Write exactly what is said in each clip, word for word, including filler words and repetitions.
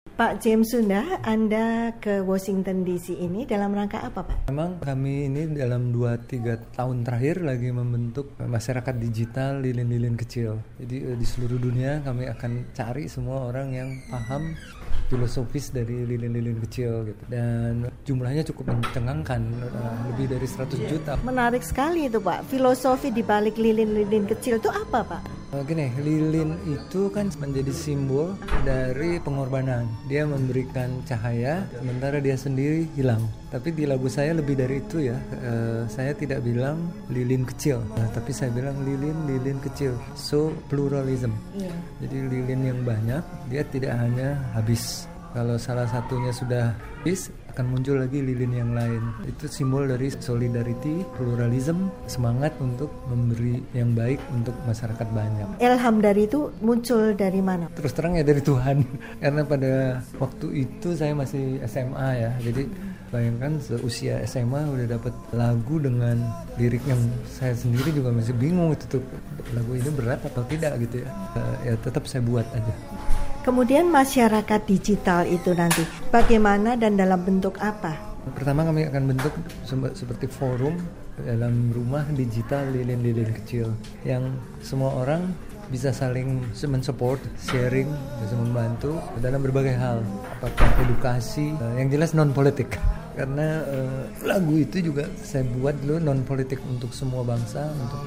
Pak James Sunda, Anda ke Washington D C ini dalam rangka apa, Pak? Memang kami ini dalam dua tiga tahun terakhir lagi membentuk masyarakat digital lilin-lilin kecil. Jadi di seluruh dunia kami akan cari semua orang yang paham filosofis dari lilin-lilin kecil gitu. Dan jumlahnya cukup mencengangkan, lebih dari seratus juta. Menarik sekali itu, Pak. Filosofi di balik lilin-lilin kecil itu apa, Pak? Gini, lilin itu kan menjadi simbol dari pengorbanan. Dia memberikan cahaya, sementara dia sendiri hilang. Tapi di lagu saya lebih dari itu ya. Uh, saya tidak bilang lilin kecil, nah, tapi saya bilang lilin-lilin kecil. So pluralism. Yeah. Jadi lilin yang banyak, dia tidak hanya habis. Kalau salah satunya sudah habis, akan muncul lagi lilin yang lain. Itu simbol dari solidarity, pluralism, semangat untuk memberi yang baik untuk masyarakat banyak. Ilham dari itu muncul dari mana? Terus terang ya dari Tuhan. Karena pada waktu itu saya masih S M A ya. Jadi bayangkan seusia S M A udah dapat lagu dengan lirik yang saya sendiri juga masih bingung itu tuh, lagu ini berat atau tidak gitu ya. Uh, ya tetap saya buat aja. Kemudian masyarakat digital itu nanti bagaimana dan dalam bentuk apa? Pertama kami akan bentuk seperti forum dalam rumah digital lilin-lilin kecil yang semua orang bisa saling mensupport, sharing, bisa membantu dalam berbagai hal. Apakah edukasi, yang jelas non-politik. Karena uh, lagu itu juga saya buat dulu non-politik untuk semua bangsa. Untuk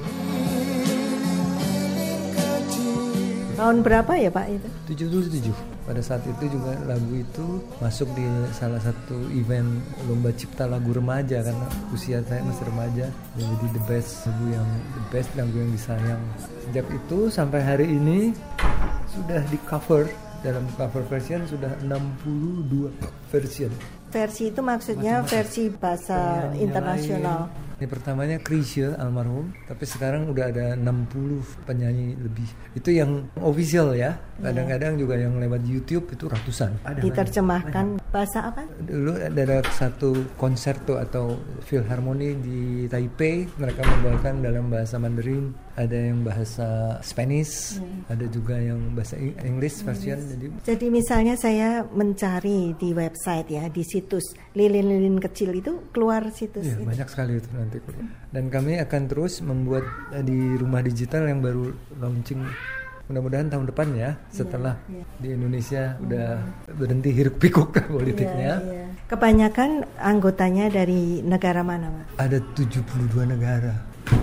Tahun berapa ya Pak itu? tujuh puluh tujuh. Pada saat itu juga lagu itu masuk di salah satu event lomba cipta lagu remaja karena usia saya masih remaja. Jadi the best lagu yang the best lagu yang disayang. Sejak itu sampai hari ini sudah di cover, dalam cover version sudah enam puluh dua version. Versi itu maksudnya macam-macam. Versi bahasa internasional. Ini pertamanya Chrisye almarhum, tapi sekarang udah ada enam puluh penyanyi lebih. Itu yang official ya. Kadang-kadang juga yang lewat YouTube itu ratusan. Ada diterjemahkan lagi. Bahasa apa? Dulu ada satu konserto atau filharmoni di Taipei, mereka membawakan dalam bahasa Mandarin, ada yang bahasa Spanish, hmm. ada juga yang bahasa English version. Hmm. Jadi Jadi misalnya saya mencari di website ya, di situs lilin-lilin kecil itu keluar situs ya, itu. Banyak sekali itu nanti. Dan kami akan terus membuat di rumah digital yang baru launching mudah-mudahan tahun depan ya, setelah yeah, yeah. di Indonesia hmm. udah berhenti hiruk pikuk politiknya. Yeah, yeah. Kebanyakan anggotanya dari negara mana, Pak? Ada tujuh puluh dua negara.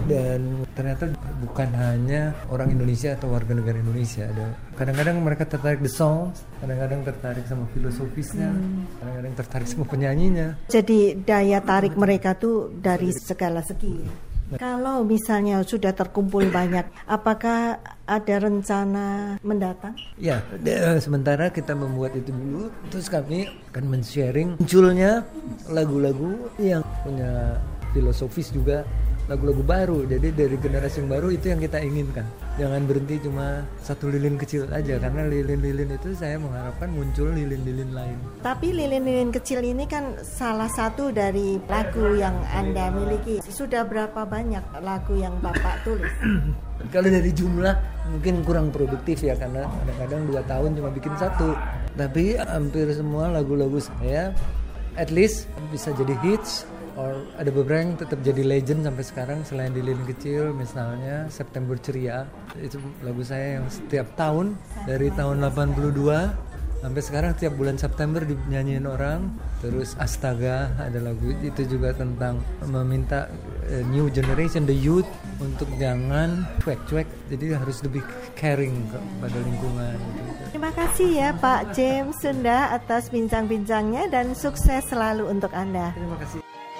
Dan ternyata bukan hanya orang Indonesia atau warga negara Indonesia. Ada kadang-kadang mereka tertarik the songs, kadang-kadang tertarik sama filosofisnya, hmm. kadang-kadang tertarik sama penyanyinya. Jadi daya tarik mereka tuh dari segala segi. Kalau misalnya sudah terkumpul banyak, apakah ada rencana mendatang? Ya, de- sementara kita membuat itu dulu, terus kami akan men-sharing munculnya lagu-lagu yang punya filosofis juga, lagu-lagu baru. Jadi dari generasi yang baru itu yang kita inginkan. Jangan berhenti cuma satu lilin kecil aja, karena lilin-lilin itu saya mengharapkan muncul lilin-lilin lain. Tapi lilin-lilin kecil ini kan salah satu dari lagu yang Anda miliki. Sudah berapa banyak lagu yang Bapak tulis? Kalau dari jumlah mungkin kurang produktif ya, karena kadang-kadang dua tahun cuma bikin satu. Tapi hampir semua lagu-lagu saya at least bisa jadi hits. Or ada beberapa yang tetap jadi legend sampai sekarang selain di lilin kecil, misalnya September Ceria, itu lagu saya yang setiap tahun dari tahun delapan puluh dua sampai sekarang tiap bulan September dinyanyiin orang. Terus Astaga ada lagu itu juga tentang meminta uh, new generation, the youth, untuk jangan cuek-cuek, jadi harus lebih caring kepada lingkungan gitu. Terima kasih ya Pak James Sunda atas bincang-bincangnya dan sukses selalu untuk Anda. Terima kasih.